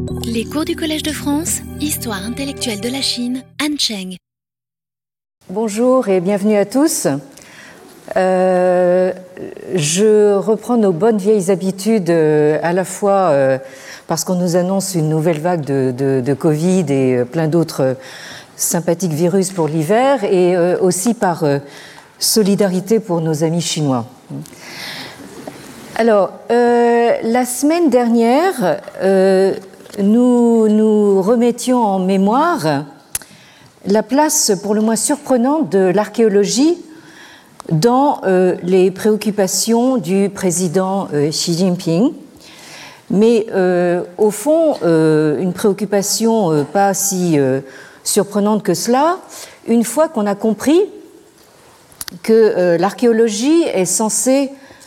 Les cours du Collège de France, Histoire intellectuelle de la Chine, Anne Cheng. Bonjour et bienvenue à tous. Je reprends nos bonnes vieilles habitudes à la fois parce qu'on nous annonce une nouvelle vague de Covid et plein d'autres sympathiques virus pour l'hiver et aussi par solidarité pour nos amis chinois. Alors, la semaine dernière, nous remettions en mémoire la place pour le moins surprenante de l'archéologie dans les préoccupations du président Xi Jinping. Mais au fond, une préoccupation pas si surprenante que cela, une fois qu'on a compris que l'archéologie est censée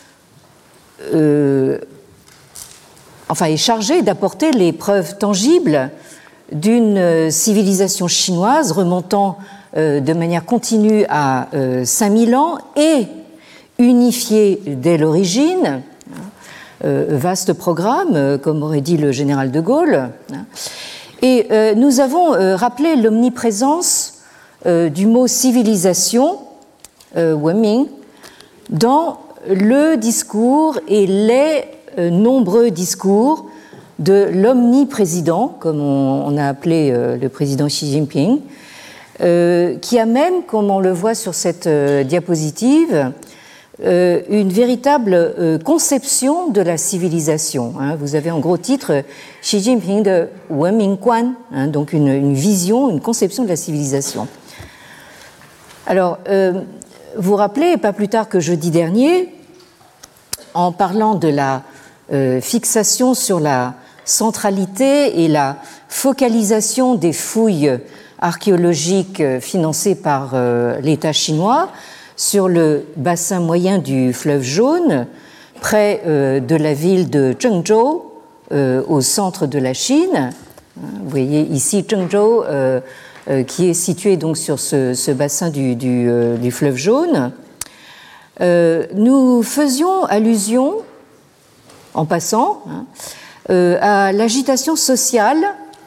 est chargée d'apporter les preuves tangibles d'une civilisation chinoise remontant de manière continue à 5000 ans et unifiée dès l'origine. Vaste programme, comme aurait dit le général de Gaulle. Et nous avons rappelé l'omniprésence du mot civilisation, Wenming, dans le discours et les nombreux discours de l'omniprésident, comme on a appelé le président Xi Jinping, qui a même, comme on le voit sur cette diapositive, une véritable conception de la civilisation. Vous avez en gros titre Xi Jinping de Wenmingguan, donc une vision, une conception de la civilisation. Alors, vous vous rappelez, pas plus tard que jeudi dernier, en parlant de la fixation sur la centralité et la focalisation des fouilles archéologiques financées par l'État chinois sur le bassin moyen du fleuve Jaune, près de la ville de Zhengzhou, au centre de la Chine. Vous voyez ici Zhengzhou, qui est situé donc sur ce bassin du fleuve Jaune. Nous faisions allusion, en passant, à l'agitation sociale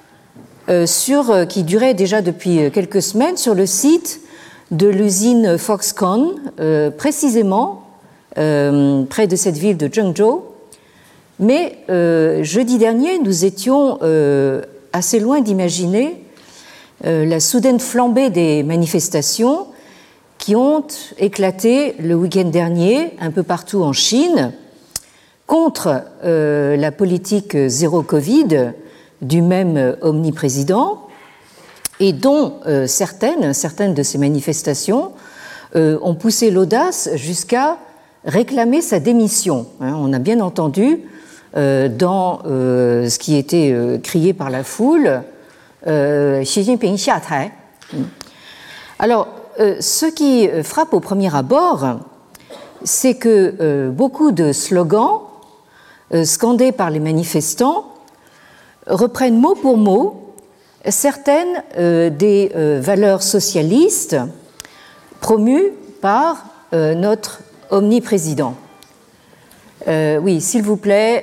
qui durait déjà depuis quelques semaines sur le site de l'usine Foxconn, précisément près de cette ville de Zhengzhou. Mais jeudi dernier, nous étions assez loin d'imaginer la soudaine flambée des manifestations qui ont éclaté le week-end dernier un peu partout en Chine contre la politique zéro Covid du même omniprésident et dont certaines de ces manifestations ont poussé l'audace jusqu'à réclamer sa démission. On a bien entendu dans ce qui était crié par la foule Xi Jinping xia tai. Alors, ce qui frappe au premier abord, c'est que beaucoup de slogans scandés par les manifestants reprennent mot pour mot certaines des valeurs socialistes promues par notre omniprésident. Oui, s'il vous plaît,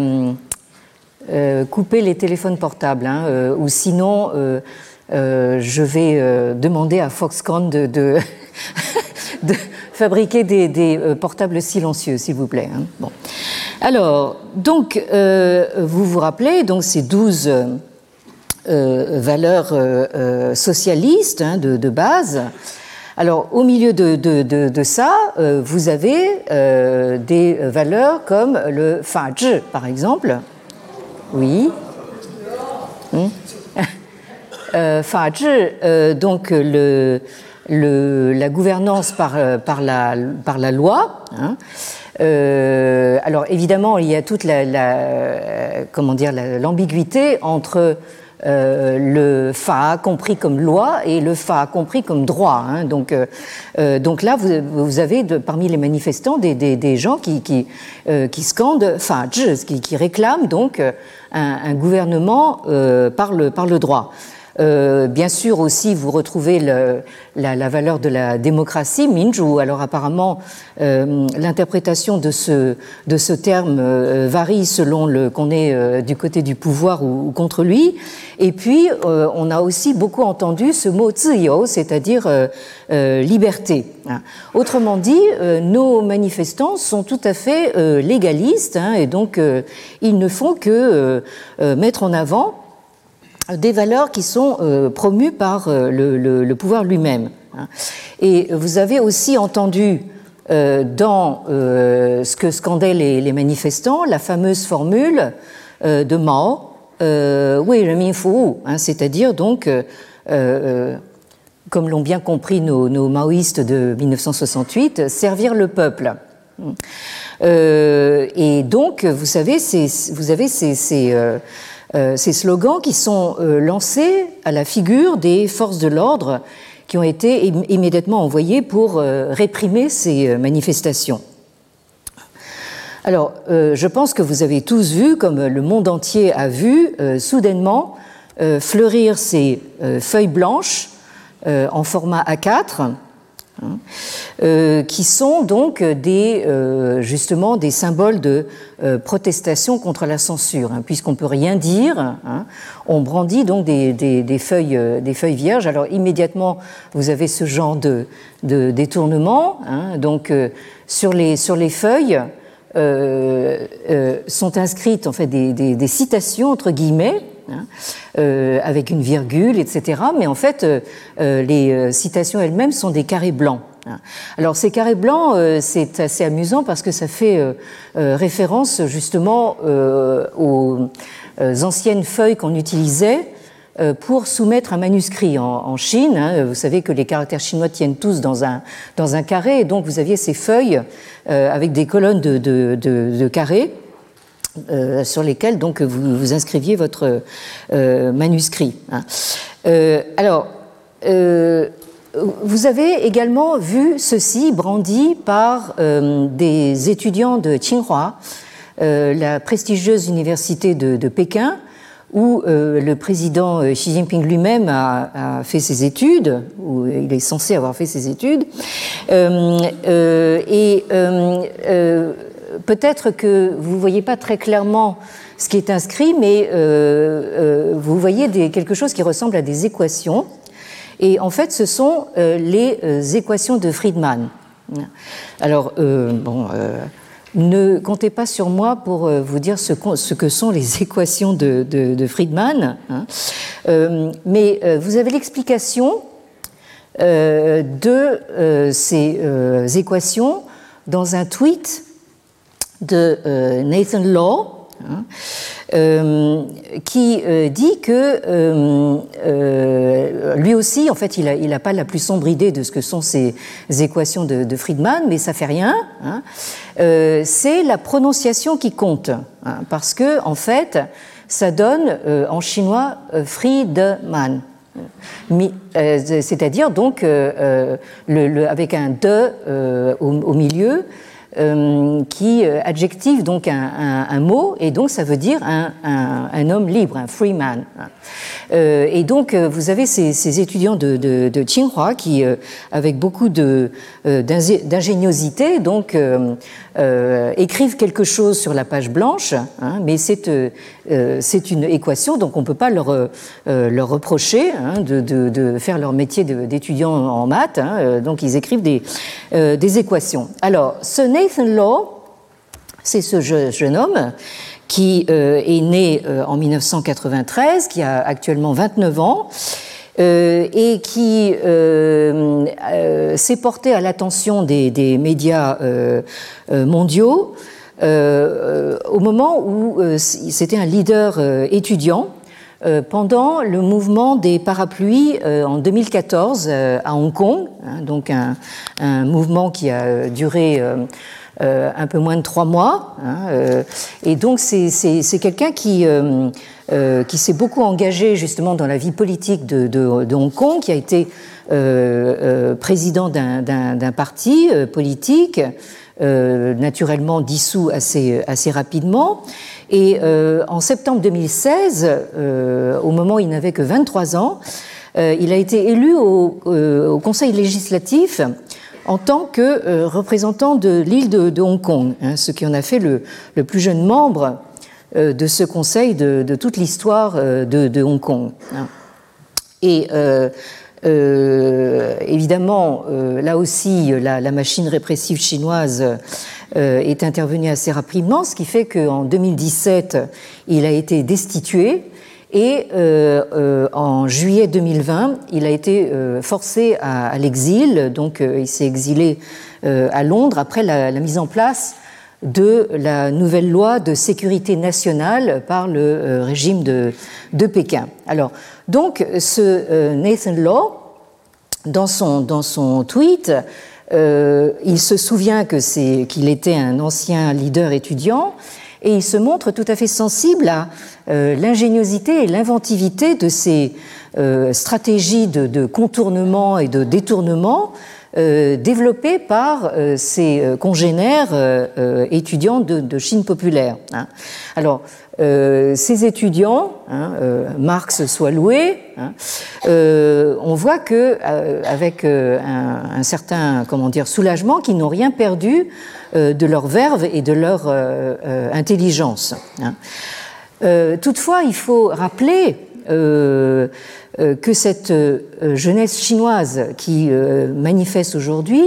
coupez les téléphones portables, ou sinon je vais demander à Foxconn de fabriquer des portables silencieux, s'il vous plaît. Bon. Alors, donc, vous vous rappelez, donc, ces 12 valeurs socialistes de base. Alors, au milieu de ça, vous avez des valeurs comme le fazhi, par exemple. Oui. Fazhi, donc la gouvernance par la loi. Alors évidemment, il y a toute l'ambiguïté entre le fa compris comme loi et le fa compris comme droit. Donc là, vous avez parmi les manifestants des gens qui scandent fazhi, qui réclament donc un gouvernement par le droit. Bien sûr aussi, vous retrouvez la valeur de la démocratie, minju. Alors apparemment, l'interprétation de ce terme varie selon qu'on est du côté du pouvoir ou contre lui. Et puis, on a aussi beaucoup entendu ce mot ziyou, c'est-à-dire liberté. Autrement dit, nos manifestants sont tout à fait légalistes, et donc ils ne font que mettre en avant des valeurs qui sont promues par le pouvoir lui-même. Et vous avez aussi entendu dans ce que scandaient les manifestants la fameuse formule de Mao, Wei Renmin Fu, c'est-à-dire donc, comme l'ont bien compris nos maoïstes de 1968, servir le peuple. Et donc, vous avez ces slogans qui sont lancés à la figure des forces de l'ordre qui ont été immédiatement envoyées pour réprimer ces manifestations. Alors, je pense que vous avez tous vu, comme le monde entier a vu, soudainement fleurir ces feuilles blanches en format A4, qui sont donc justement des symboles de protestation contre la censure, puisqu'on ne peut rien dire, on brandit donc des feuilles vierges. Alors immédiatement, vous avez ce genre de détournement, donc sur les feuilles sont inscrites en fait des citations entre guillemets, avec une virgule, etc. Mais en fait, les citations elles-mêmes sont des carrés blancs. Alors ces carrés blancs, c'est assez amusant parce que ça fait référence justement aux anciennes feuilles qu'on utilisait pour soumettre un manuscrit en Chine. Vous savez que les caractères chinois tiennent tous dans un carré, et donc vous aviez ces feuilles avec des colonnes de carrés sur lesquelles donc vous inscriviez votre manuscrit. Alors, vous avez également vu ceci brandi par des étudiants de Tsinghua, la prestigieuse université de Pékin, où le président Xi Jinping lui-même a fait ses études, où il est censé avoir fait ses études, peut-être que vous ne voyez pas très clairement ce qui est inscrit, mais vous voyez quelque chose qui ressemble à des équations. Et en fait, ce sont les équations de Friedman. Alors, ne comptez pas sur moi pour vous dire ce que sont les équations de Friedman, mais vous avez l'explication de ces équations dans un tweet de Nathan Law, qui dit que lui aussi, en fait, il n'a pas la plus sombre idée de ce que sont ces équations de Friedman, mais ça fait rien. C'est la prononciation qui compte, parce que en fait, ça donne en chinois Friedman, c'est-à-dire donc avec un de au milieu. Qui adjective donc un mot, et donc ça veut dire un homme libre, un free man. Et donc vous avez ces étudiants de Tsinghua qui, avec beaucoup d'ingéniosité, donc écrivent quelque chose sur la page blanche, mais c'est une équation, donc on ne peut pas leur reprocher de faire leur métier d'étudiant en maths, donc ils écrivent des équations. Alors, ce Nathan Law, c'est ce jeune homme qui est né en 1993, qui a actuellement 29 ans, et qui s'est porté à l'attention des médias mondiaux au moment où c'était un leader étudiant pendant le mouvement des parapluies en 2014 à Hong Kong, donc un mouvement qui a duré un peu moins de 3 mois, et donc c'est quelqu'un qui s'est beaucoup engagé justement dans la vie politique de Hong Kong, qui a été président d'un parti politique, naturellement dissous assez rapidement. Et en septembre 2016, au moment où il n'avait que 23 ans, il a été élu au Conseil législatif en tant que représentant de l'île de Hong Kong, hein, ce qui en a fait le plus jeune membre de ce conseil de toute l'histoire de Hong Kong. Et évidemment, là aussi, la machine répressive chinoise est intervenue assez rapidement, ce qui fait qu'en 2017, il a été destitué. Et en juillet 2020, il a été forcé à l'exil, donc il s'est exilé à Londres après la mise en place de la nouvelle loi de sécurité nationale par le régime de Pékin. Alors, donc, ce Nathan Law, dans son tweet, il se souvient qu'il était un ancien leader étudiant, et il se montre tout à fait sensible à l'ingéniosité et l'inventivité de ces stratégies de contournement et de détournement développées par ses congénères étudiants de Chine populaire. Hein. Alors, ces étudiants, Marx soit loué, on voit que avec un certain soulagement, qu'ils n'ont rien perdu de leur verve et de leur intelligence. Toutefois, il faut rappeler que cette jeunesse chinoise qui manifeste aujourd'hui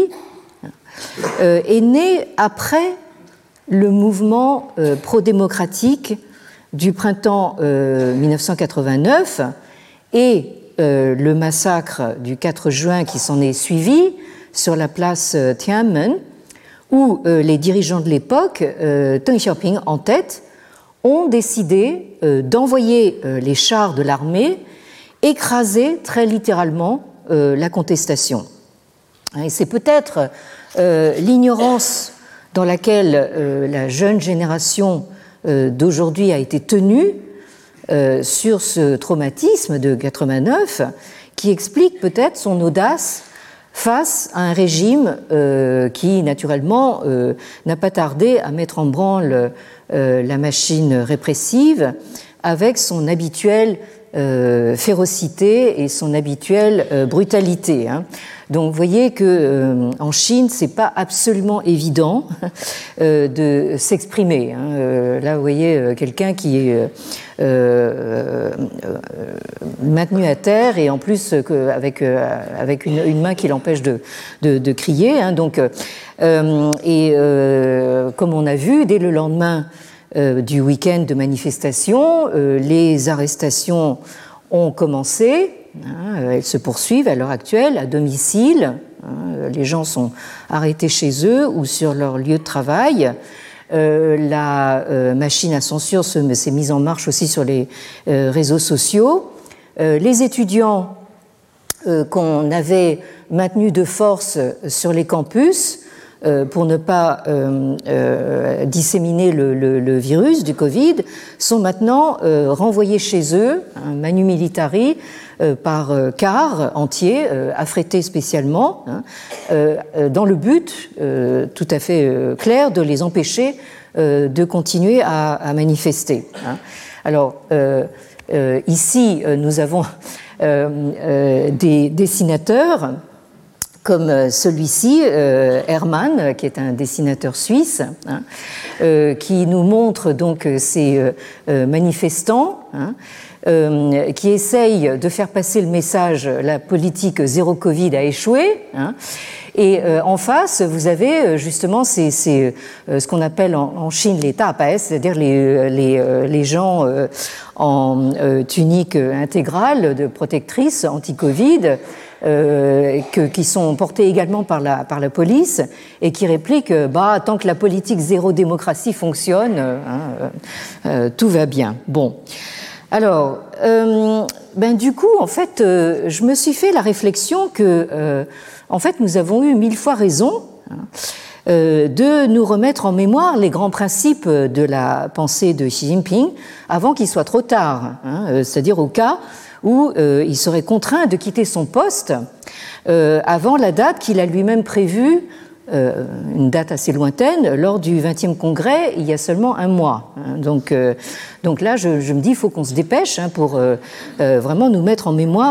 est née après le mouvement pro-démocratique du printemps 1989 et le massacre du 4 juin qui s'en est suivi sur la place Tiananmen, où les dirigeants de l'époque, Deng Xiaoping en tête, ont décidé d'envoyer les chars de l'armée écraser très littéralement la contestation. Et c'est peut-être l'ignorance dans laquelle la jeune génération d'aujourd'hui a été tenue sur ce traumatisme de 89 qui explique peut-être son audace face à un régime qui, naturellement, n'a pas tardé à mettre en branle la machine répressive avec son habituelle férocité et son habituelle brutalité. Donc, vous voyez que en Chine, c'est pas absolument évident de s'exprimer. Là, vous voyez quelqu'un qui est maintenu à terre et en plus avec une main qui l'empêche de crier. Donc, comme on a vu, dès le lendemain du week-end de manifestation, les arrestations ont commencé. Elles se poursuivent à l'heure actuelle à domicile. Les gens sont arrêtés chez eux ou sur leur lieu de travail. La machine à censure s'est mise en marche aussi sur les réseaux sociaux. Les étudiants qu'on avait maintenus de force sur les campus pour ne pas disséminer le virus du Covid sont maintenant renvoyés chez eux, manu militari, par car entier, affrété spécialement, dans le but tout à fait clair de les empêcher de continuer à manifester. Alors, ici, nous avons des dessinateurs comme celui-ci, Hermann, qui est un dessinateur suisse, qui nous montre donc ces manifestants qui essayent de faire passer le message « la politique zéro Covid a échoué ». Et en face, vous avez justement ce qu'on appelle en Chine les tapas, c'est-à-dire les gens en tunique intégrale de protectrice anti-Covid, qui sont portés également par la police et qui répliquent tant que la politique zéro démocratie fonctionne, tout va bien. Bon. Alors, du coup, en fait, je me suis fait la réflexion que, en fait, nous avons eu 1000 fois raison de nous remettre en mémoire les grands principes de la pensée de Xi Jinping avant qu'il soit trop tard, c'est-à-dire au cas où il serait contraint de quitter son poste avant la date qu'il a lui-même prévue une date assez lointaine, lors du 20e congrès, il y a seulement un mois. Donc là, je me dis, il faut qu'on se dépêche pour vraiment nous mettre en mémoire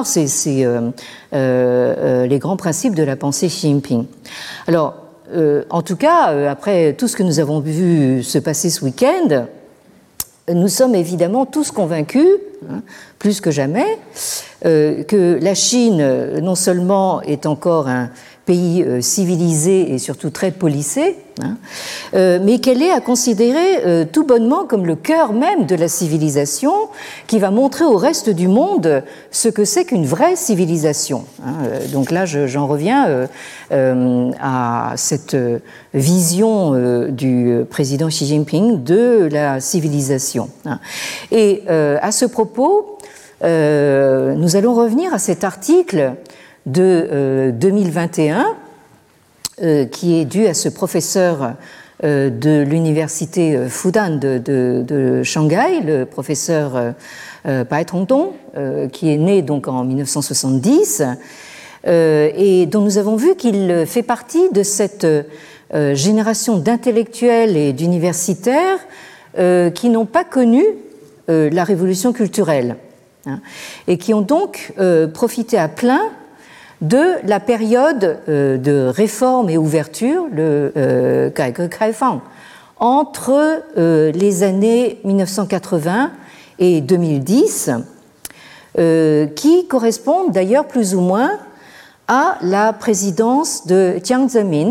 les grands principes de la pensée Xi Jinping. Alors, en tout cas, après tout ce que nous avons vu se passer ce week-end, nous sommes évidemment tous convaincus, plus que jamais, que la Chine, non seulement est encore un pays civilisé et surtout très policé, mais qu'elle est à considérer tout bonnement comme le cœur même de la civilisation, qui va montrer au reste du monde ce que c'est qu'une vraie civilisation. Donc là, j'en reviens à cette vision du président Xi Jinping de la civilisation. Et à ce propos, nous allons revenir à cet article de 2021 qui est dû à ce professeur de l'université Fudan de Shanghai, le professeur Bai Tongdong, qui est né donc en 1970 et dont nous avons vu qu'il fait partie de cette génération d'intellectuels et d'universitaires qui n'ont pas connu la révolution culturelle et qui ont donc profité à plein de la période de réforme et ouverture, le Kaige Kaifang, entre les années 1980 et 2010, qui correspondent d'ailleurs plus ou moins à la présidence de Jiang Zemin,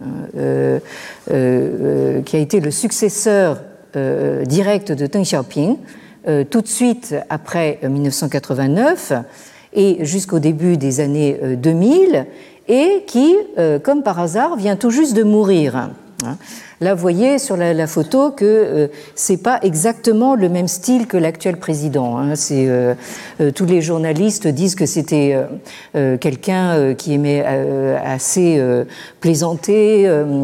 qui a été le successeur direct de Deng Xiaoping, tout de suite après 1989, et jusqu'au début des années 2000, et qui, comme par hasard, vient tout juste de mourir. Là, vous voyez sur la photo que c'est pas exactement le même style que l'actuel président. Tous les journalistes disent que c'était quelqu'un qui aimait assez plaisanter,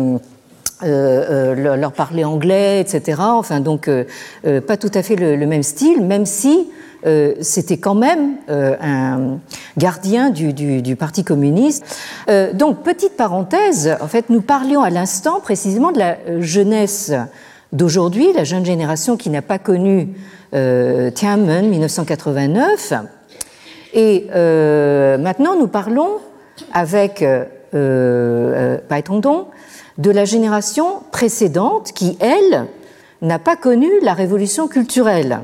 leur parler anglais, etc. Enfin, donc, pas tout à fait le même style, même si c'était quand même un gardien du Parti communiste. Donc, petite parenthèse, en fait, nous parlions à l'instant précisément de la jeunesse d'aujourd'hui, la jeune génération qui n'a pas connu Tiananmen 1989. Et maintenant, nous parlons avec Bai Tongdong de la génération précédente qui, elle, n'a pas connu la révolution culturelle.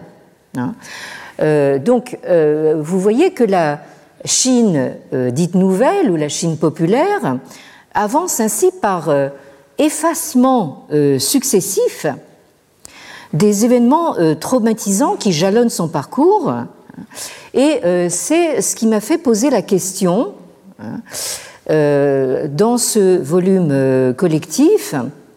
Donc, vous voyez que la Chine dite nouvelle ou la Chine populaire avance ainsi par effacement successif des événements traumatisants qui jalonnent son parcours. Et c'est ce qui m'a fait poser la question dans ce volume collectif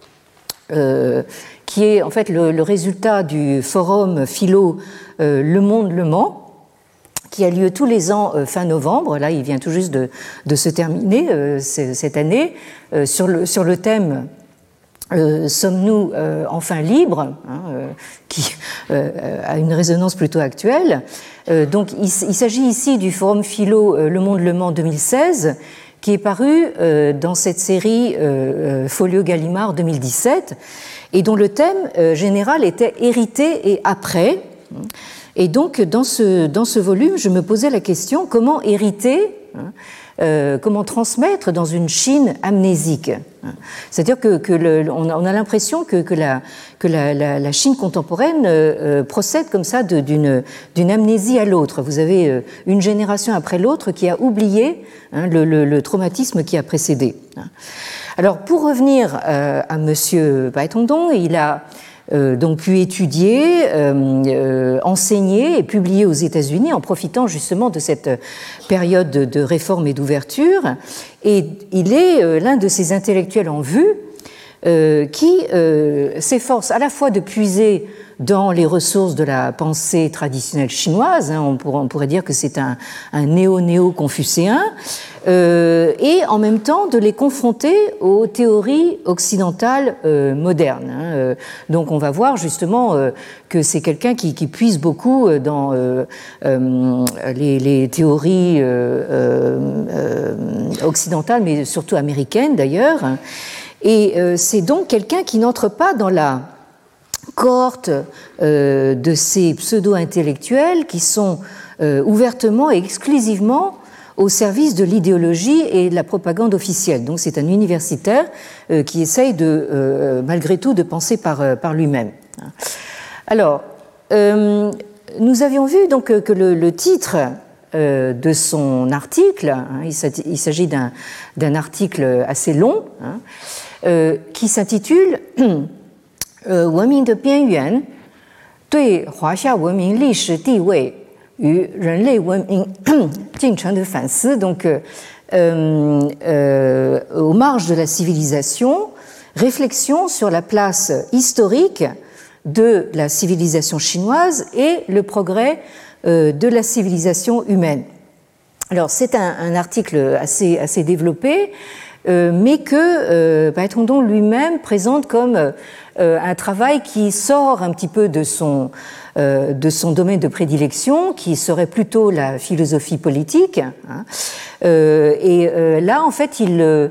qui est en fait le résultat du forum philo Le Monde Le Mans, qui a lieu tous les ans fin novembre. Là, il vient tout juste de se terminer cette année, sur le thème Sommes-nous enfin libres, qui a une résonance plutôt actuelle. Donc, il s'agit ici du forum philo Le Monde Le Mans 2016, qui est paru dans cette série Folio Gallimard 2017, et dont le thème général était « Hériter et après ». Et donc, dans ce volume, je me posais la question, comment hériter, comment transmettre dans une Chine amnésique. C'est-à-dire on a l'impression que la Chine contemporaine procède comme ça d'une amnésie à l'autre. Vous avez une génération après l'autre qui a oublié le traumatisme qui a précédé. Alors, pour revenir à Monsieur Bai Tongdong, il a donc pu étudier, enseigner et publier aux États-Unis en profitant justement de cette période de réforme et d'ouverture. Et il est l'un de ces intellectuels en vue qui s'efforce à la fois de puiser dans les ressources de la pensée traditionnelle chinoise, on pourrait dire que c'est un néo-confucéen, et en même temps de les confronter aux théories occidentales modernes. Donc on va voir justement que c'est quelqu'un qui puise beaucoup dans les théories occidentales, mais surtout américaines d'ailleurs. Et c'est donc quelqu'un qui n'entre pas dans la cohorte de ces pseudo-intellectuels qui sont ouvertement et exclusivement au service de l'idéologie et de la propagande officielle. Donc c'est un universitaire qui essaye malgré tout de penser par lui-même. Alors, nous avions vu donc que le titre de son article, il s'agit d'un article assez long, qui s'intitule 文明的边缘对华夏文明历史地位与人类文明进程的反思. Donc, aux marges de la civilisation, réflexion sur la place historique de la civilisation chinoise et le progrès de la civilisation humaine. Alors, c'est un article assez développé, mais que Baitongdong lui-même présente comme un travail qui sort un petit peu de son domaine de prédilection, qui serait plutôt la philosophie politique. Et là, en fait, il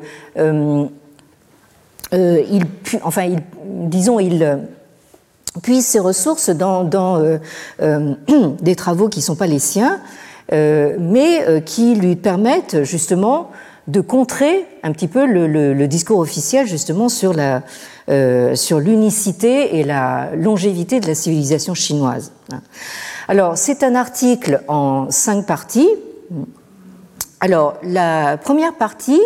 puise ses ressources dans des travaux qui ne sont pas les siens, mais qui lui permettent justement de contrer un petit peu le discours officiel justement sur l'unicité et la longévité de la civilisation chinoise. Alors, c'est un article en 5 parties. Alors, la première partie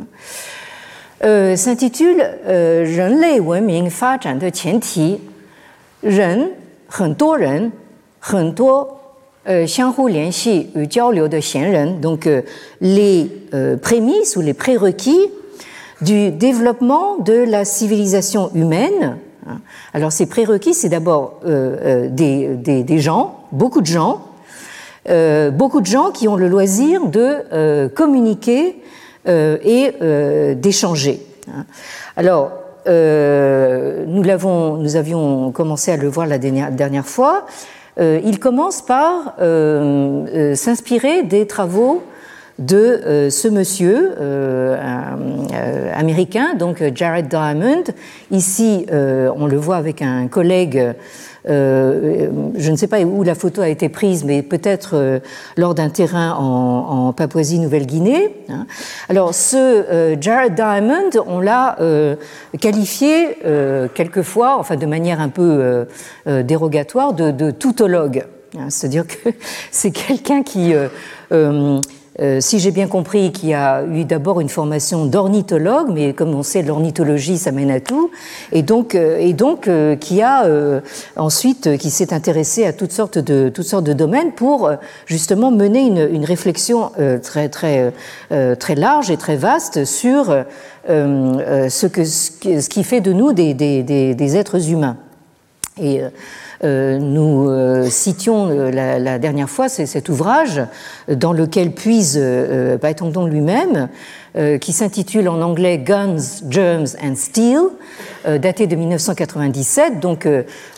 s'intitule «人类文明发展的前提人很多人很多相互联系与交流的贤人», donc les prémices ou les prérequis du développement de la civilisation humaine. Alors ces prérequis, c'est d'abord des gens, beaucoup de gens qui ont le loisir de communiquer et d'échanger. Alors, nous avions commencé à le voir la dernière fois. Il commence par s'inspirer des travaux de ce monsieur américain, donc Jared Diamond. Ici, on le voit avec un collègue, je ne sais pas où la photo a été prise, mais peut-être lors d'un terrain en Papouasie-Nouvelle-Guinée. Alors, ce Jared Diamond, on l'a qualifié quelquefois, enfin de manière un peu dérogatoire, de toutologue. C'est-à-dire que c'est quelqu'un qui... si j'ai bien compris, qui a eu d'abord une formation d'ornithologue, mais comme on sait, l'ornithologie, ça mène à tout, et donc qui a ensuite, qui s'est intéressé à toutes sortes de domaines pour justement mener une réflexion très large et très vaste sur ce qui fait de nous des êtres humains. Et nous citions la dernière fois cet ouvrage dans lequel puise Baitongdong lui-même, qui s'intitule en anglais Guns, Germs and Steel, daté de 1997, donc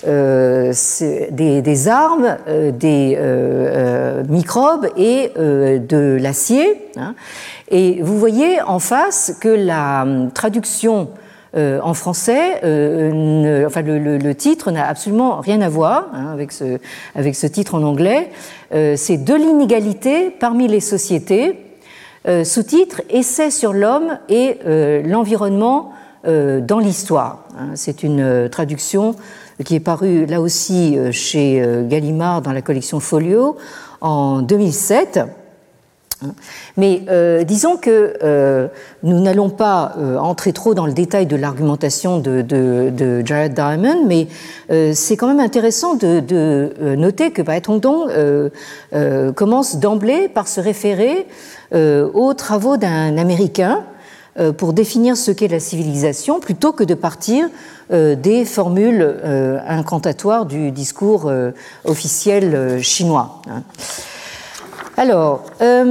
des armes, des microbes et de l'acier. Et vous voyez en face que la traduction en français, le titre n'a absolument rien à voir avec ce titre en anglais. C'est « De l'inégalité parmi les sociétés », sous-titre « Essai sur l'homme et l'environnement dans l'histoire ». C'est une traduction qui est parue là aussi chez Gallimard dans la collection Folio en 2007. Mais disons que nous n'allons pas entrer trop dans le détail de l'argumentation de Jared Diamond, mais c'est quand même intéressant de noter que Baitongdong commence d'emblée par se référer aux travaux d'un Américain pour définir ce qu'est la civilisation, plutôt que de partir des formules incantatoires du discours officiel chinois. Alors,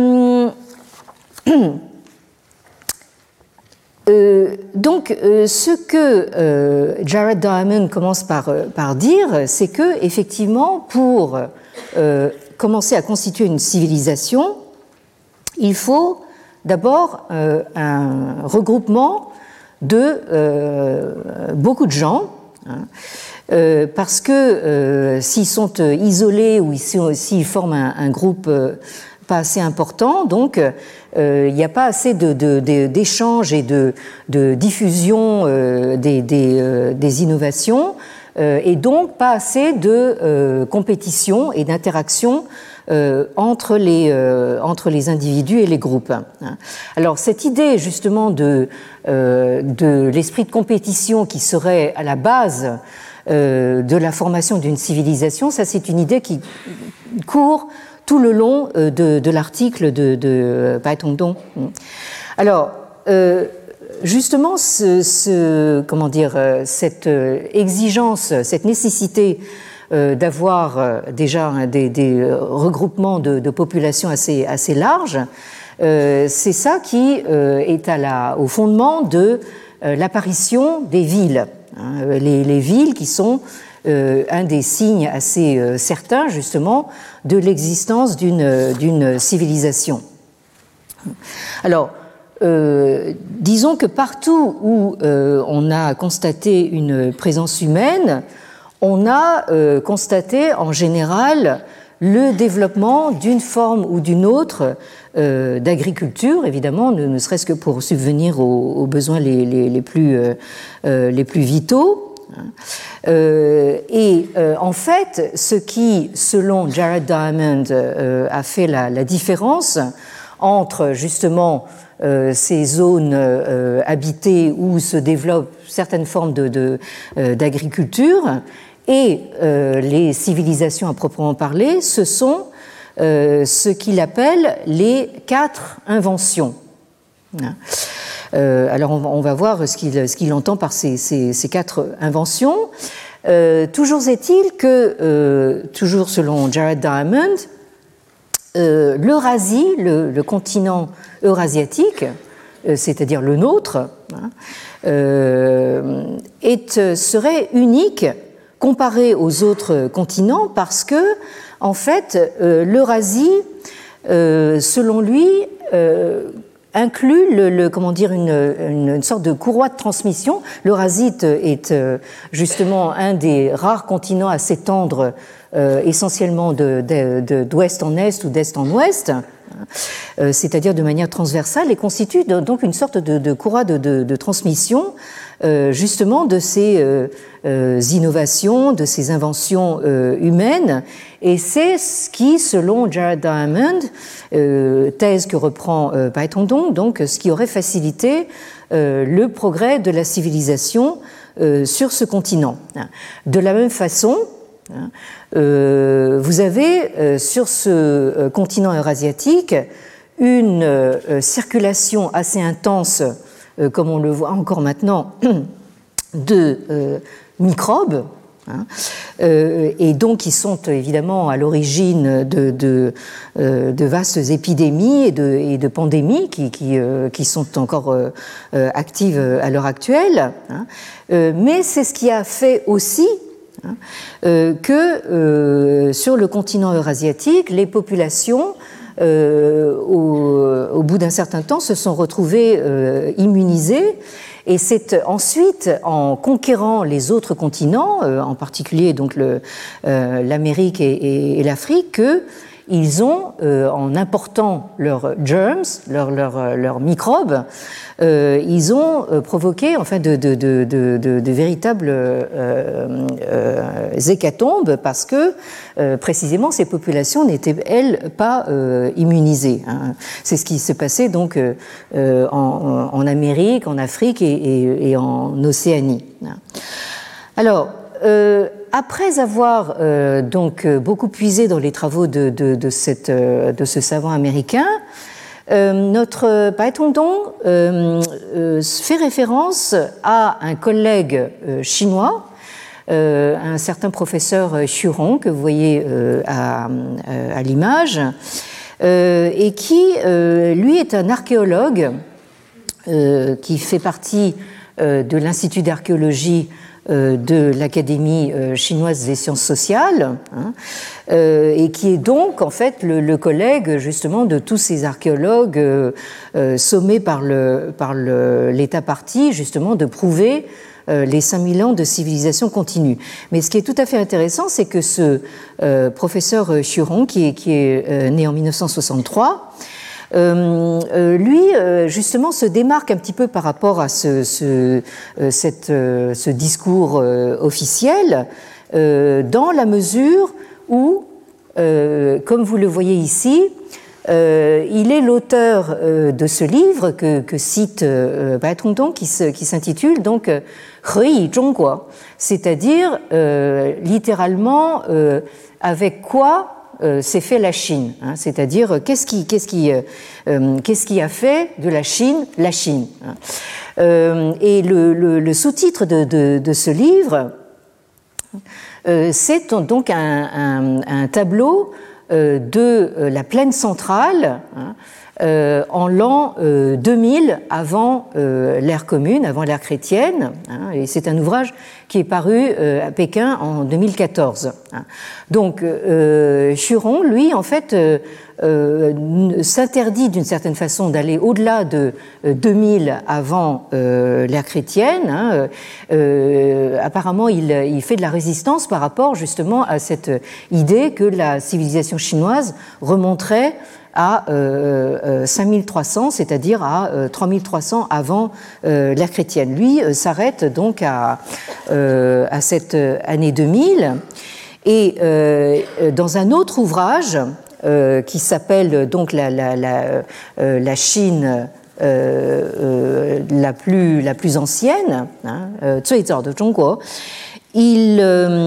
donc, ce que Jared Diamond commence par dire, c'est que, effectivement, pour commencer à constituer une civilisation, il faut d'abord un regroupement de beaucoup de gens, hein, parce que s'ils sont isolés ou s'ils forment un groupe pas assez important, donc il n'y a pas assez d'échanges et de diffusion des innovations, et donc pas assez de compétition et d'interaction entre les individus et les groupes. Alors cette idée justement de l'esprit de compétition qui serait à la base de la formation d'une civilisation, ça c'est une idée qui court tout le long de l'article de Bai Tongdong. Alors justement comment dire, cette exigence, cette nécessité d'avoir déjà des regroupements de populations assez larges, c'est ça qui est au fondement de l'apparition des villes. Les villes qui sont un des signes assez certains justement de l'existence d'une civilisation. Alors, disons que partout où on a constaté une présence humaine, on a constaté en général le développement d'une forme ou d'une autre d'agriculture, évidemment, ne serait-ce que pour subvenir aux besoins les plus vitaux. En fait, ce qui, selon Jared Diamond, a fait la différence entre justement ces zones habitées où se développent certaines formes d'agriculture et les civilisations à proprement parler, ce sont ce qu'il appelle les 4 inventions. Alors on va voir ce qu'il entend par ces 4 inventions. Toujours est-il que, toujours selon Jared Diamond, l'Eurasie, le continent eurasiatique, c'est-à-dire le nôtre, serait unique comparé aux autres continents parce que, en fait, l'Eurasie, selon lui, inclut une sorte de courroie de transmission. L'Eurasie est justement un des rares continents à s'étendre essentiellement d'ouest en est ou d'est en ouest, c'est-à-dire de manière transversale, et constitue donc une sorte de courroie de transmission justement de ces innovations, de ces inventions humaines. Et c'est ce qui, selon Jared Diamond, thèse que reprend Bai Tongdong, donc ce qui aurait facilité le progrès de la civilisation sur ce continent. De la même façon, vous avez sur ce continent eurasiatique une circulation assez intense, comme on le voit encore maintenant, de microbes, et donc qui sont évidemment à l'origine de vastes épidémies et de pandémies qui sont encore actives à l'heure actuelle. Mais c'est ce qui a fait aussi que sur le continent eurasiatique, les populations, au bout d'un certain temps, se sont retrouvées immunisées. Et c'est ensuite, en conquérant les autres continents, en particulier donc l'Amérique et l'Afrique, qu'ils ont, en important leurs germs, leurs microbes, ils ont provoqué enfin de véritables hécatombes parce que précisément ces populations n'étaient elles pas immunisées. C'est ce qui s'est passé donc en Amérique, en Afrique et en Océanie. Alors après avoir donc beaucoup puisé dans les travaux de ce savant américain, notre Bai Tongdong fait référence à un collègue chinois, un certain professeur Xu Rong, que vous voyez à l'image, et qui, lui, est un archéologue qui fait partie de l'Institut d'archéologie de l'Académie chinoise des sciences sociales, et qui est donc en fait le collègue justement de tous ces archéologues sommés par l'État parti justement de prouver les 5000 ans de civilisation continue. Mais ce qui est tout à fait intéressant, c'est que ce professeur Xu Rong, qui est né en 1963, lui, justement, se démarque un petit peu par rapport à ce discours officiel, dans la mesure où, comme vous le voyez ici, il est l'auteur de ce livre que cite Bai Tongdong, qui s'intitule donc He Yi Zhongguo, c'est-à-dire littéralement avec quoi s'est fait la Chine, hein, c'est-à-dire qu'est-ce qui a fait de la Chine, et le sous-titre de ce livre, c'est donc un tableau de la plaine centrale, hein, en l'an 2000, avant l'ère commune, avant l'ère chrétienne, hein, et c'est un ouvrage qui est paru à Pékin en 2014. Hein. Donc, Xu Rong, lui, en fait, s'interdit d'une certaine façon d'aller au-delà de 2000 avant l'ère chrétienne. Hein. Apparemment, il fait de la résistance par rapport justement à cette idée que la civilisation chinoise remonterait à 5300, c'est-à-dire à 3300 avant l'ère chrétienne. Lui s'arrête donc à cette année 2000, et dans un autre ouvrage qui s'appelle donc la Chine la plus ancienne, hein, 最早的中国, il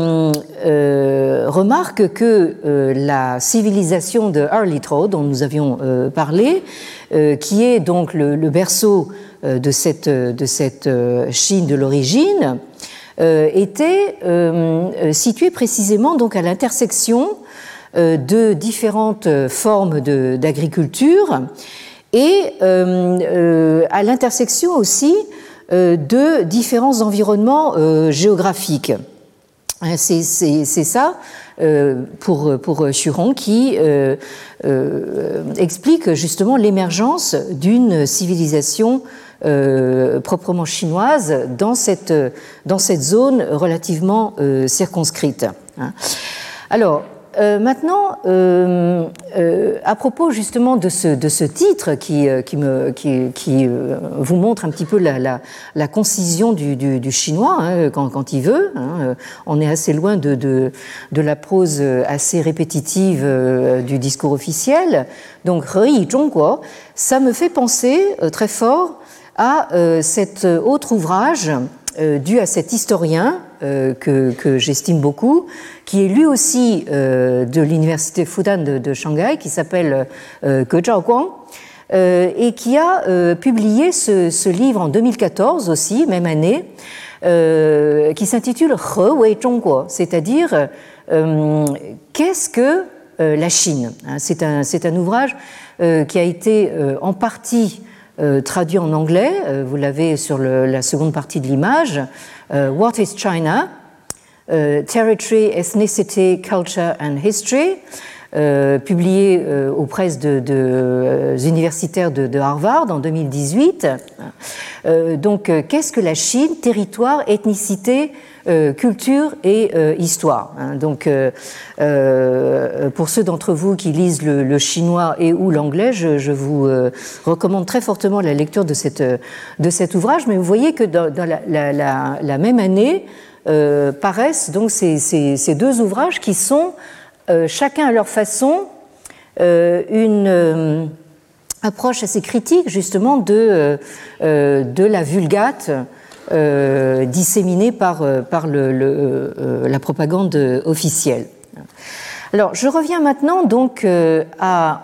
remarque que la civilisation de Erlitou, dont nous avions parlé, qui est donc le berceau de cette Chine de l'origine, était située précisément donc à l'intersection de différentes formes d'agriculture et à l'intersection aussi de différents environnements géographiques. C'est ça, pour Xu Rong, qui explique justement l'émergence d'une civilisation proprement chinoise dans cette zone relativement circonscrite. Alors, maintenant, à propos justement de ce titre qui vous montre un petit peu la concision du chinois, hein, quand il veut, hein, on est assez loin de la prose assez répétitive du discours officiel. Donc, He Yi Zhongguo, ça me fait penser très fort à cet autre ouvrage dû à cet historien que j'estime beaucoup, qui est lui aussi de l'université Fudan de Shanghai, qui s'appelle Ge Zhaoguang, et qui a publié ce livre en 2014 aussi, même année, qui s'intitule He Wei Zhongguo, c'est-à-dire qu'est-ce que la Chine. C'est un ouvrage qui a été en partie traduit en anglais, vous l'avez sur la seconde partie de l'image, What is China? Territory, Ethnicity, Culture and History, publié aux presses universitaires de Harvard en 2018. Donc, qu'est-ce que la Chine? Territoire, ethnicité, culture et histoire. Donc, pour ceux d'entre vous qui lisent le chinois et ou l'anglais, je vous recommande très fortement la lecture de cet ouvrage. Mais vous voyez que dans la même année paraissent donc ces deux ouvrages qui sont chacun à leur façon une approche assez critique justement de la Vulgate disséminée par la propagande officielle. Alors, je reviens maintenant donc à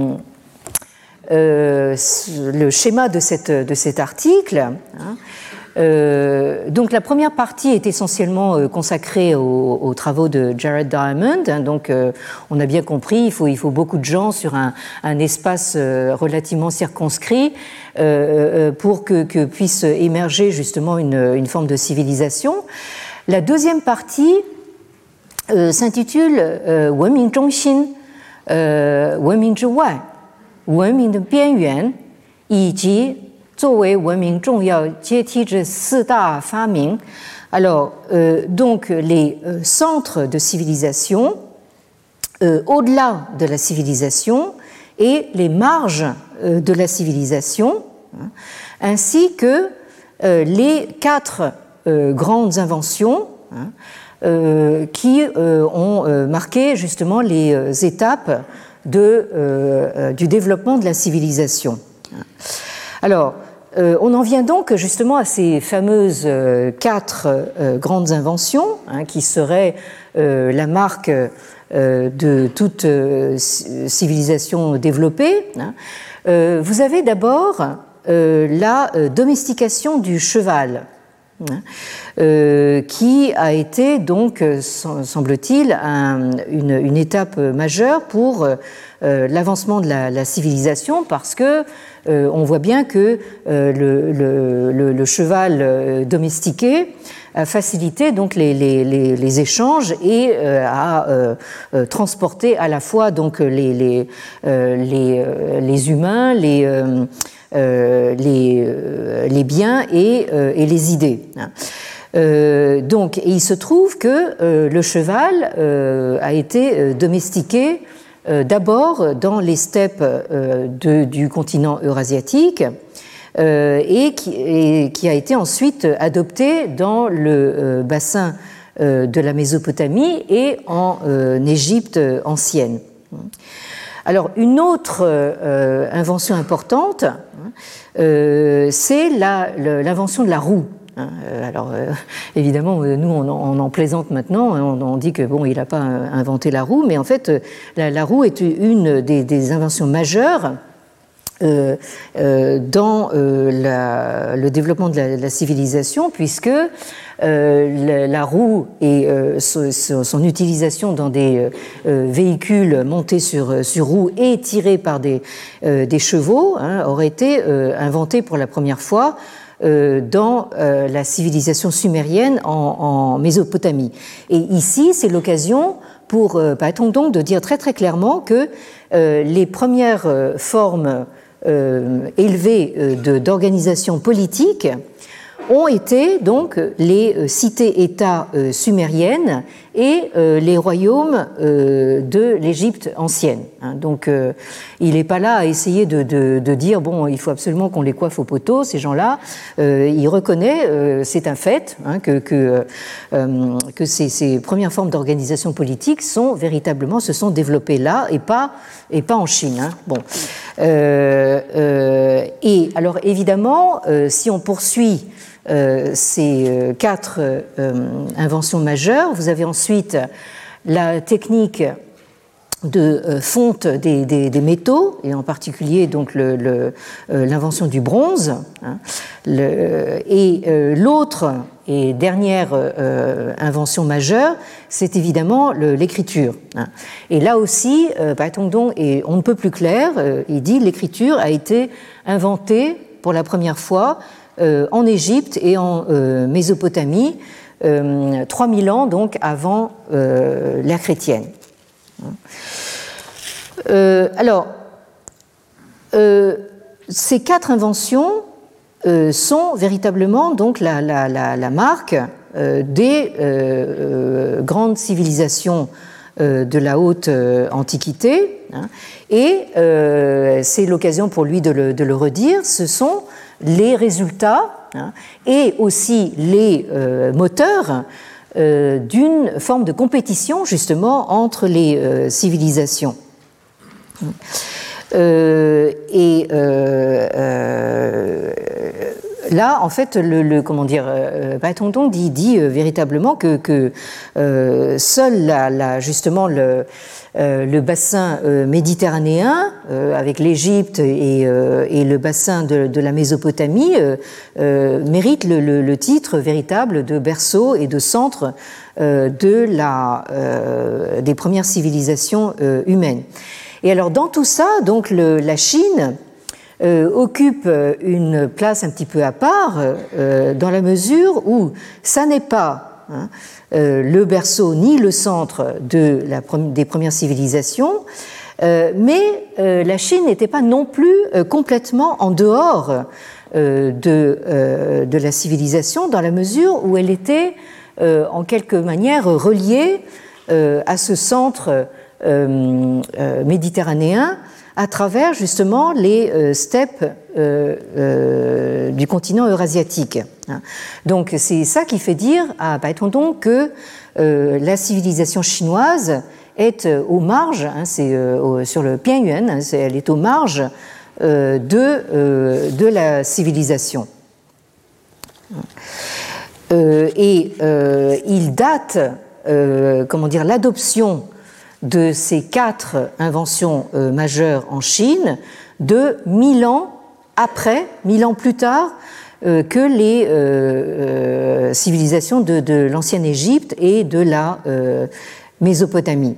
le schéma de cet article. Donc la première partie est essentiellement consacrée aux travaux de Jared Diamond. Donc on a bien compris, il faut beaucoup de gens sur un espace relativement circonscrit pour que puisse émerger justement une forme de civilisation. La deuxième partie s'intitule «文明中心、文明之外、文明的边缘以及作为文明重要阶梯之四大发明。” Alors, donc, les centres de civilisation, au-delà de la civilisation, et les marges de la civilisation, ainsi que les 4 grandes inventions qui ont marqué justement les étapes du développement de la civilisation. Alors, on en vient donc justement à ces fameuses 4 grandes inventions qui seraient la marque de toute civilisation développée. Vous avez d'abord la domestication du cheval, qui a été donc, semble-t-il, une étape majeure pour l'avancement de la civilisation, parce que on voit bien que le cheval domestiqué a facilité donc les échanges et a transporté à la fois donc les humains, les biens et les idées. Donc, et il se trouve que le cheval a été domestiqué d'abord dans les steppes du continent eurasiatique et qui a été ensuite adopté dans le bassin de la Mésopotamie et en Égypte ancienne. Alors, une autre invention importante, c'est l'invention de la roue. Alors, évidemment, nous, on en plaisante maintenant, on dit que bon, il n'a pas inventé la roue, mais en fait, la roue est une des inventions majeures dans le développement de la civilisation, puisque la roue et son utilisation dans des véhicules montés sur roues et tirés par des chevaux aurait été inventée pour la première fois dans la civilisation sumérienne en Mésopotamie. Et ici, c'est l'occasion pour Patong Dong de dire très très clairement que les premières formes élevées d'organisation politique ont été donc les cités-États sumériennes et les royaumes de l'Égypte ancienne. Donc il n'est pas là à essayer de dire bon, il faut absolument qu'on les coiffe au poteau, ces gens-là. Il reconnaît, c'est un fait, que ces premières formes d'organisation politique se sont développées là et pas en Chine. Bon. Et alors évidemment, si on poursuit ces 4 inventions majeures, vous avez ensuite la technique de fonte des métaux, et en particulier donc l'invention du bronze. Et l'autre et dernière invention majeure, c'est évidemment l'écriture. Et là aussi, Patong Dong est on ne peut plus clair. Il dit l'écriture a été inventée pour la première fois en Égypte et en Mésopotamie, 3000 ans donc avant l'ère chrétienne. Alors, ces 4 inventions sont véritablement donc la marque des grandes civilisations de la haute antiquité, et c'est l'occasion pour lui de le redire. Ce sont les résultats et aussi les moteurs d'une forme de compétition justement entre les civilisations. Et là, en fait, Bai Tongdong dit véritablement que seul justement le bassin méditerranéen, avec l'Égypte et le bassin de la Mésopotamie, mérite le titre véritable de berceau et de centre des premières civilisations humaines. Et alors, dans tout ça, donc la Chine occupe une place un petit peu à part, dans la mesure où ça n'est pas le berceau ni le centre des premières civilisations, mais la Chine n'était pas non plus complètement en dehors de la civilisation, dans la mesure où elle était en quelque manière reliée à ce centre méditerranéen à travers justement les steppes du continent eurasiatique. Donc c'est ça qui fait dire à Bai Tongdong que la civilisation chinoise est aux marges, c'est sur le Bianyuan, elle est aux marges de la civilisation. Et il date, l'adoption de ces 4 inventions majeures en Chine de 1000 ans plus tard que les civilisations de l'ancienne Égypte et de la Mésopotamie.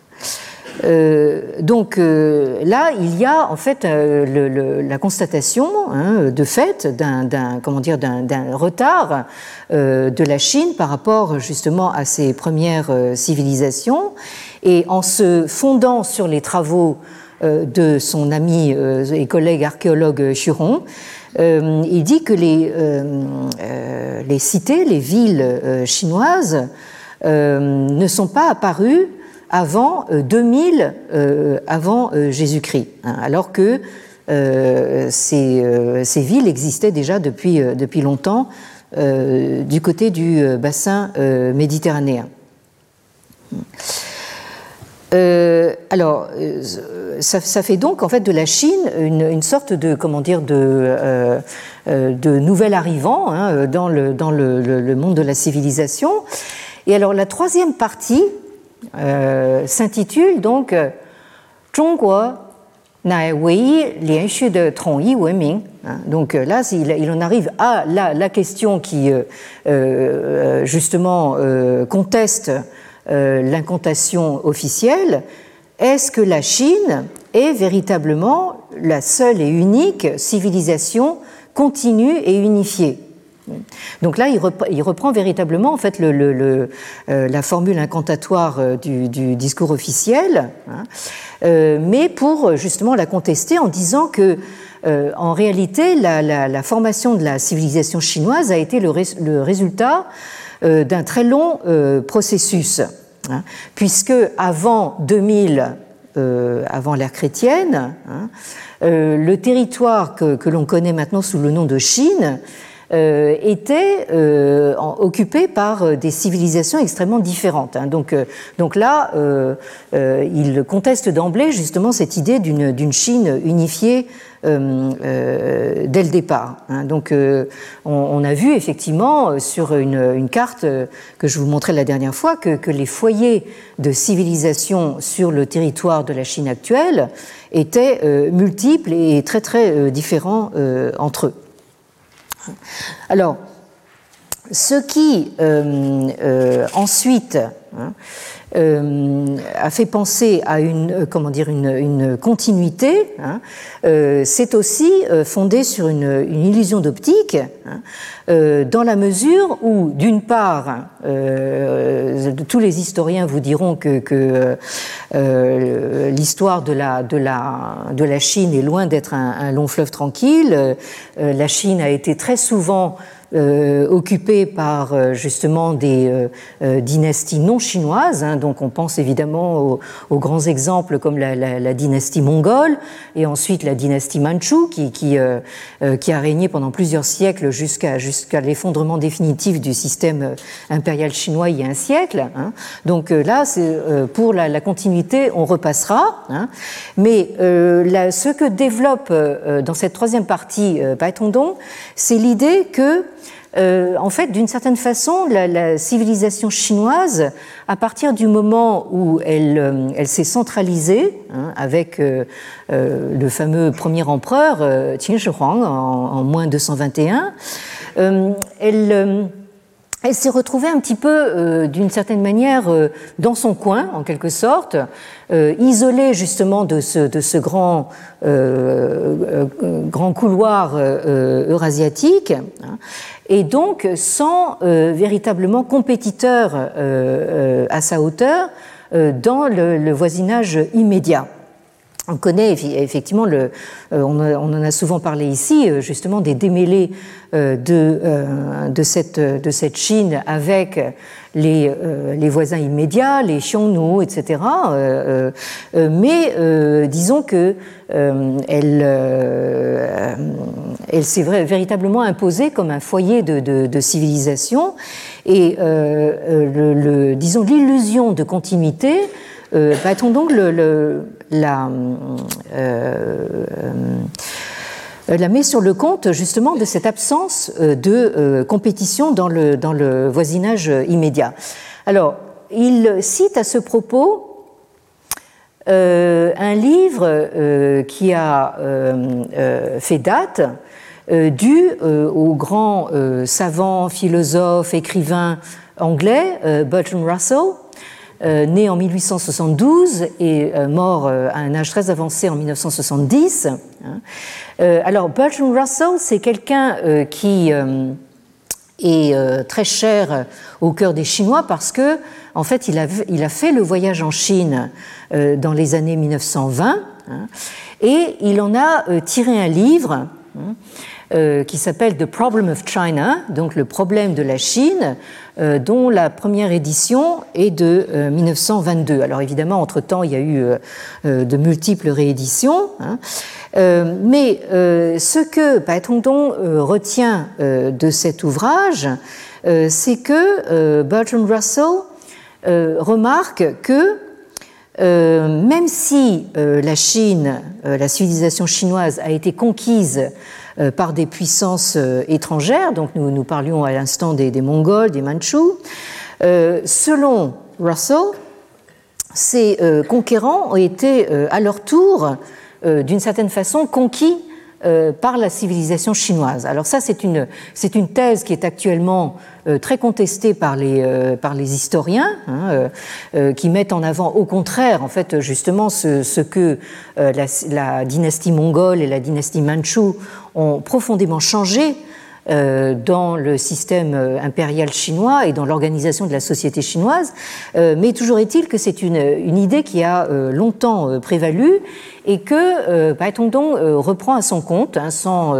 Donc là, il y a en fait la constatation de fait d'un retard de la Chine par rapport justement à ses premières civilisations, et en se fondant sur les travaux de son ami et collègue archéologue Xuron, il dit que les cités, les villes chinoises ne sont pas apparues avant 2000 avant Jésus-Christ, alors que ces villes existaient déjà depuis longtemps du côté du bassin méditerranéen. Alors, ça fait donc en fait de la Chine une sorte de nouvel arrivant dans le monde de la civilisation. Et alors la troisième partie s'intitule donc « Zhongguo乃唯一连续的统一文明». Donc là, il en arrive à la question qui justement conteste l'incantation officielle. Est-ce que la Chine est véritablement la seule et unique civilisation continue et unifiée? Donc là, il reprend véritablement en fait la formule incantatoire du discours officiel, mais pour justement la contester en disant que en réalité, la formation de la civilisation chinoise a été le résultat d'un très long processus, puisque avant 2000, avant l'ère chrétienne, le territoire que l'on connaît maintenant sous le nom de Chine était occupé par des civilisations extrêmement différentes. Donc là, il conteste d'emblée justement cette idée d'une Chine unifiée dès le départ. Donc on a vu effectivement sur une carte que je vous montrais la dernière fois que les foyers de civilisation sur le territoire de la Chine actuelle étaient multiples et très très différents entre eux. Alors, ce qui ensuite a fait penser à une continuité, c'est aussi fondé sur une illusion d'optique, dans la mesure où, d'une part, tous les historiens vous diront que l'histoire de la Chine est loin d'être un long fleuve tranquille. La Chine a été très souvent occupée par justement des dynasties non chinoises. Donc on pense évidemment aux grands exemples comme la dynastie mongole et ensuite la dynastie mandchoue qui a régné pendant plusieurs siècles jusqu'à l'effondrement définitif du système impérial chinois il y a un siècle. Donc là, pour la continuité, on repassera. Mais ce que développe dans cette troisième partie Bai Tongdong, c'est l'idée que en fait, d'une certaine façon, la civilisation chinoise, à partir du moment où elle s'est centralisée, avec le fameux premier empereur Qin Shi Huang en moins 221, elle s'est retrouvée un petit peu, d'une certaine manière, dans son coin, en quelque sorte, isolée justement de ce grand couloir eurasiatique, et donc sans véritablement compétiteur à sa hauteur dans le voisinage immédiat. On connaît effectivement, on en a souvent parlé ici, justement des démêlés de cette Chine avec les voisins immédiats, les Xiongnu, etc. Mais disons que elle s'est véritablement imposée comme un foyer de civilisation, et disons l'illusion de continuité donc la met sur le compte justement de cette absence de compétition dans le voisinage immédiat. Alors, il cite à ce propos un livre qui a fait date, dû au grand savant, philosophe, écrivain anglais Bertrand Russell, né en 1872 et mort à un âge très avancé en 1970. Alors, Bertrand Russell, c'est quelqu'un qui est très cher au cœur des Chinois parce que, en fait, il a fait le voyage en Chine dans les années 1920, et il en a tiré un livre qui s'appelle The Problem of China, donc le problème de la Chine, dont la première édition est de 1922. Alors évidemment, entre-temps, il y a eu de multiples rééditions, mais ce que Bai Tongdong retient de cet ouvrage, c'est que Bertrand Russell remarque que même si la Chine, la civilisation chinoise a été conquise par des puissances étrangères, donc nous parlions à l'instant des Mongols, des Mandchous, selon Russell, ces conquérants ont été à leur tour, d'une certaine façon, conquis par la civilisation chinoise. Alors ça, c'est une thèse qui est actuellement très contestée par les historiens, qui mettent en avant, au contraire, en fait, justement, ce que la dynastie mongole et la dynastie mandchoue ont profondément changé dans le système impérial chinois et dans l'organisation de la société chinoise, mais toujours est-il que c'est une idée qui a longtemps prévalu et que Bai Tongdong reprend à son compte, sans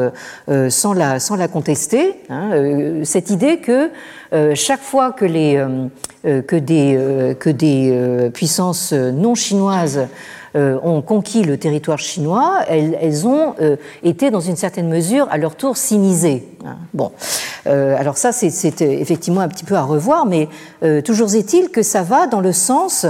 la contester, cette idée que chaque fois que des puissances non chinoises ont conquis le territoire chinois, elles ont été dans une certaine mesure à leur tour sinisées. Bon, alors ça c'est effectivement un petit peu à revoir, mais toujours est-il que ça va dans le sens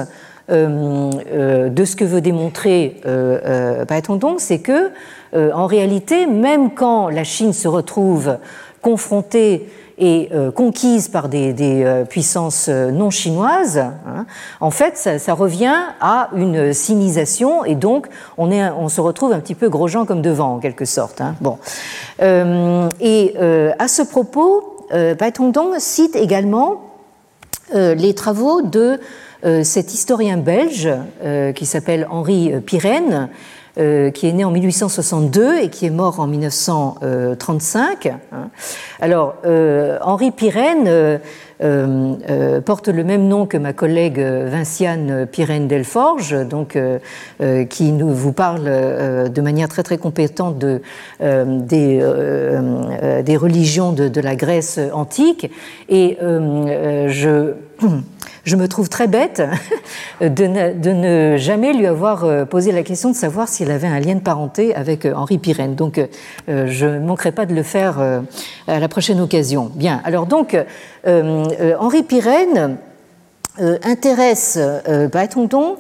de ce que veut démontrer Bai Tongdong, c'est que en réalité, même quand la Chine se retrouve confrontée et conquise par des puissances non chinoises, en fait, ça revient à une sinisation, et donc on se retrouve un petit peu gros gens comme devant, en quelque sorte. Bon. Et à ce propos, Bai Tongdong cite également les travaux de cet historien belge qui s'appelle Henri Pirenne, qui est né en 1862 et qui est mort en 1935. Alors, Henri Pirenne porte le même nom que ma collègue Vinciane Pirenne-Delforge, donc qui vous parle de manière très très compétente des religions de la Grèce antique. Et je me trouve très bête de ne jamais lui avoir posé la question de savoir s'il avait un lien de parenté avec Henri Pirenne. Donc, je ne manquerai pas de le faire à la prochaine occasion. Bien, alors donc, Henri Pirenne intéresse Baettongtung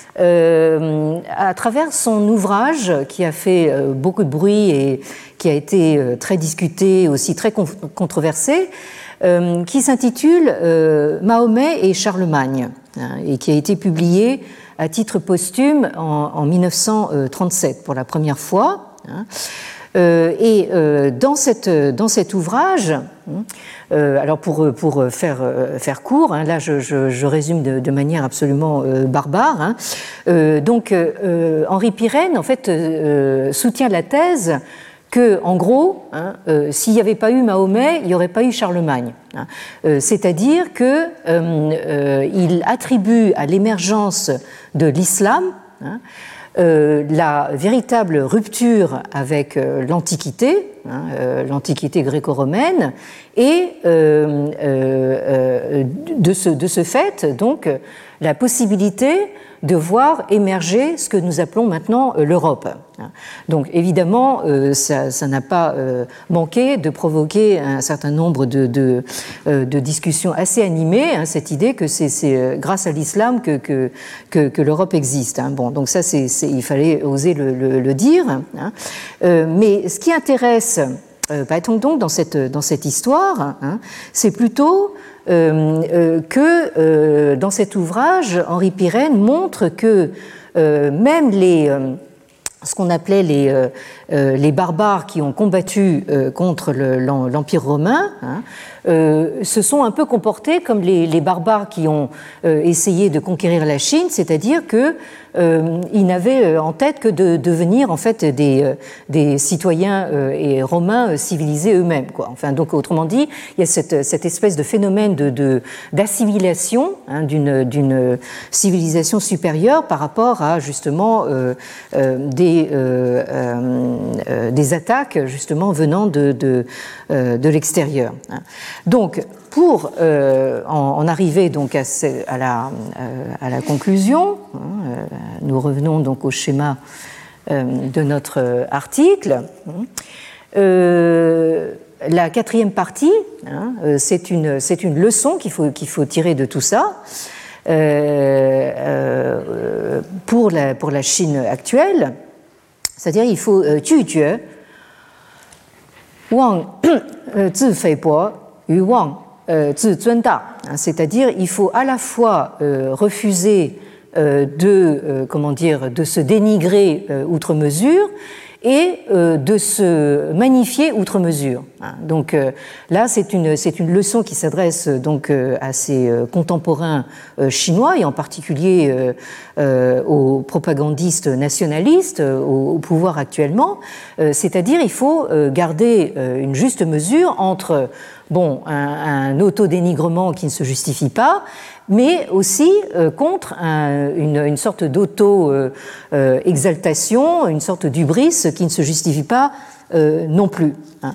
à travers son ouvrage qui a fait beaucoup de bruit et qui a été très discuté, aussi très controversé, qui s'intitule Mahomet et Charlemagne, hein, et qui a été publié à titre posthume en 1937 pour la première fois. Hein. Dans cet ouvrage, alors pour faire court, hein, là je résume de manière absolument barbare. Hein, donc Henri Pirenne en fait soutient la thèse que, en gros, hein, s'il n'y avait pas eu Mahomet, il n'y aurait pas eu Charlemagne. Hein. C'est-à-dire qu'il attribue à l'émergence de l'islam, hein, la véritable rupture avec l'Antiquité, hein, l'Antiquité gréco-romaine, et de ce fait, donc, la possibilité de voir émerger ce que nous appelons maintenant l'Europe. Donc évidemment, ça n'a pas manqué de provoquer un certain nombre de discussions assez animées, hein, cette idée que c'est grâce à l'islam que l'Europe existe. Hein. Bon, donc ça, il fallait oser le dire. Hein. Mais ce qui intéresse Baettongtung dans cette histoire, hein, c'est plutôt que dans cet ouvrage, Henri Pirenne montre que même ce qu'on appelait les barbares qui ont combattu contre l'Empire romain, hein, se sont un peu comportés comme les barbares qui ont essayé de conquérir la Chine, c'est-à-dire qu'ils n'avaient en tête que de devenir en fait des citoyens et romains civilisés eux-mêmes, quoi. Enfin, donc autrement dit, il y a cette espèce de phénomène d'assimilation, hein, d'une civilisation supérieure par rapport à justement des attaques justement venant de l'extérieur. Donc, pour en arriver donc à la conclusion, hein, nous revenons donc au schéma de notre article. La quatrième partie, hein, c'est une leçon qu'il faut tirer de tout ça. Pour la Chine actuelle, c'est-à-dire il faut Jujue Wang Zi Feibo Yu Wang Zi Zunda, c'est-à-dire il faut à la fois refuser de se dénigrer outre mesure et de se magnifier outre mesure. Donc là, c'est une leçon qui s'adresse donc à ces contemporains chinois et en particulier aux propagandistes nationalistes au pouvoir actuellement. C'est-à-dire, il faut garder une juste mesure entre un autodénigrement qui ne se justifie pas, mais aussi contre une sorte d'auto-exaltation, une sorte d'hubris qui ne se justifie pas non plus. Hein.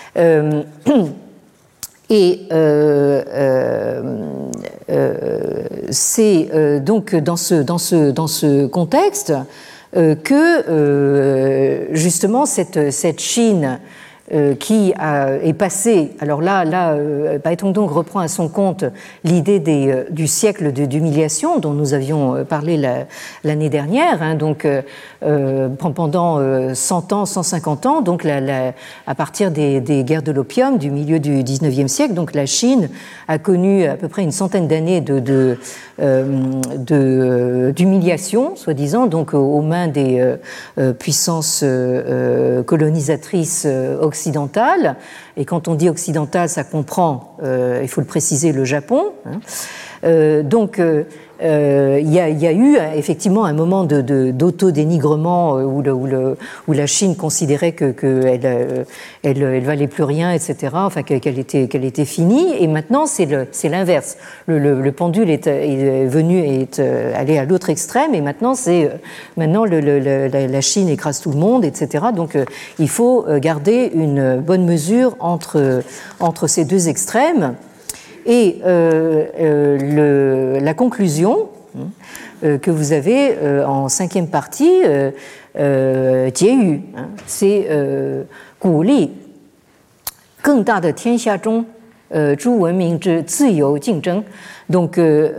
C'est donc dans ce contexte que justement cette Chine qui est passé, alors là Baettongtung reprend à son compte l'idée du siècle d'humiliation dont nous avions parlé l'année dernière, hein, donc pendant 100 ans, 150 ans, donc à partir des guerres de l'opium du milieu du 19e siècle, donc la Chine a connu à peu près une centaine d'années d'humiliation, soi-disant, donc aux mains des puissances colonisatrices occidentales, et quand on dit occidental, ça comprend, il faut le préciser, le Japon. Donc, il y a eu effectivement un moment d'autodénigrement où la Chine considérait qu'elle valait plus rien, etc. Enfin, qu'elle était finie. Et maintenant, c'est l'inverse. Le pendule est allé à l'autre extrême. Et maintenant, la Chine écrase tout le monde, etc. Donc, il faut garder une bonne mesure entre ces deux extrêmes. Et la conclusion que vous avez en cinquième partie, Jieyu, c'est 鼓励更大的天下中诸文明之自由竞争. Donc,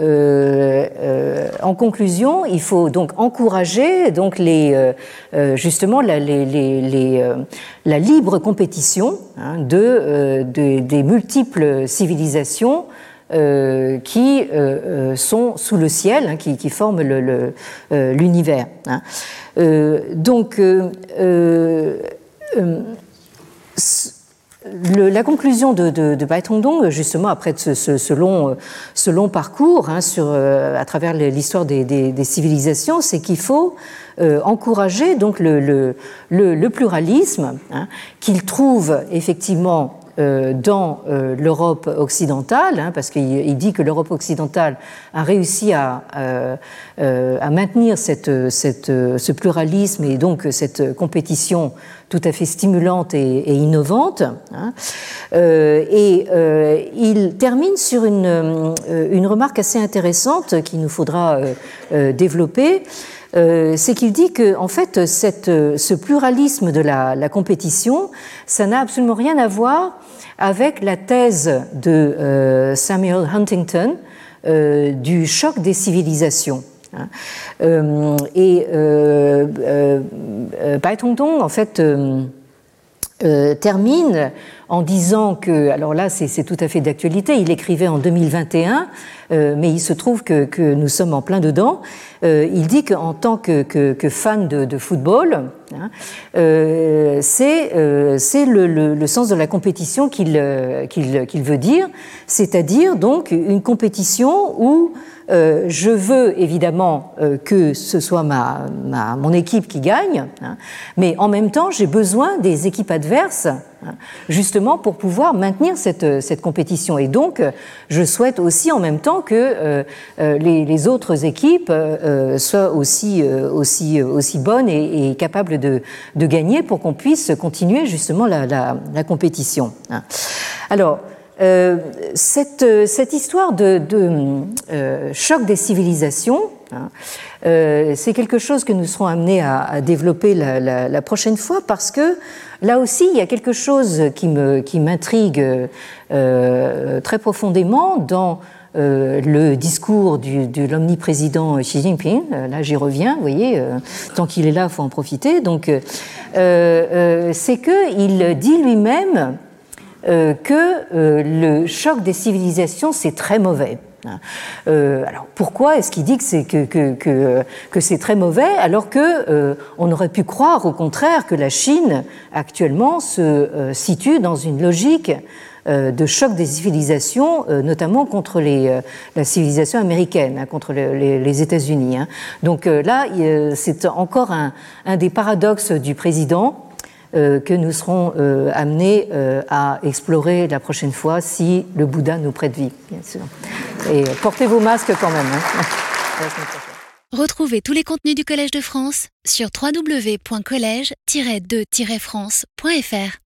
en conclusion, il faut donc encourager donc justement la libre compétition des multiples civilisations qui sont sous le ciel, qui forment l'univers. Donc, la conclusion de Bai Tongdong, justement après ce long parcours à travers l'histoire des civilisations, c'est qu'il faut encourager donc le pluralisme qu'il trouve effectivement dans l'Europe occidentale, parce qu'il dit que l'Europe occidentale a réussi à maintenir ce pluralisme et donc cette compétition tout à fait stimulante et innovante. Il termine sur une remarque assez intéressante qu'il nous faudra développer. C'est qu'il dit que, en fait, ce pluralisme de la compétition, ça n'a absolument rien à voir avec la thèse de Samuel Huntington du choc des civilisations. Bai Tongdong, en fait, termine en disant que, alors là c'est tout à fait d'actualité, il écrivait en 2021, mais il se trouve que nous sommes en plein dedans. Il dit qu'en tant que fan de football, c'est le sens de la compétition qu'il veut dire, c'est-à-dire donc une compétition où je veux évidemment que ce soit mon équipe qui gagne, mais en même temps j'ai besoin des équipes adverses justement pour pouvoir maintenir cette compétition. Et donc je souhaite aussi en même temps que les autres équipes soient aussi bonnes et capables de gagner pour qu'on puisse continuer justement la compétition. Alors, cette histoire de choc des civilisations, c'est quelque chose que nous serons amenés à développer la prochaine fois, parce que là aussi il y a quelque chose qui m'intrigue très profondément dans le discours de l'omniprésident Xi Jinping. Là j'y reviens, vous voyez, tant qu'il est là il faut en profiter. Donc c'est qu'il dit lui-même que le choc des civilisations c'est très mauvais. Alors pourquoi est-ce qu'il dit que c'est très mauvais alors que on aurait pu croire au contraire que la Chine actuellement se situe dans une logique de choc des civilisations, notamment contre la civilisation américaine, contre les États-Unis. Donc là, c'est encore un des paradoxes du président que nous serons amenés à explorer la prochaine fois si le Bouddha nous prête vie, bien sûr. Et portez vos masques quand même. Retrouvez tous les contenus du Collège de France sur www.collège-2-france.fr.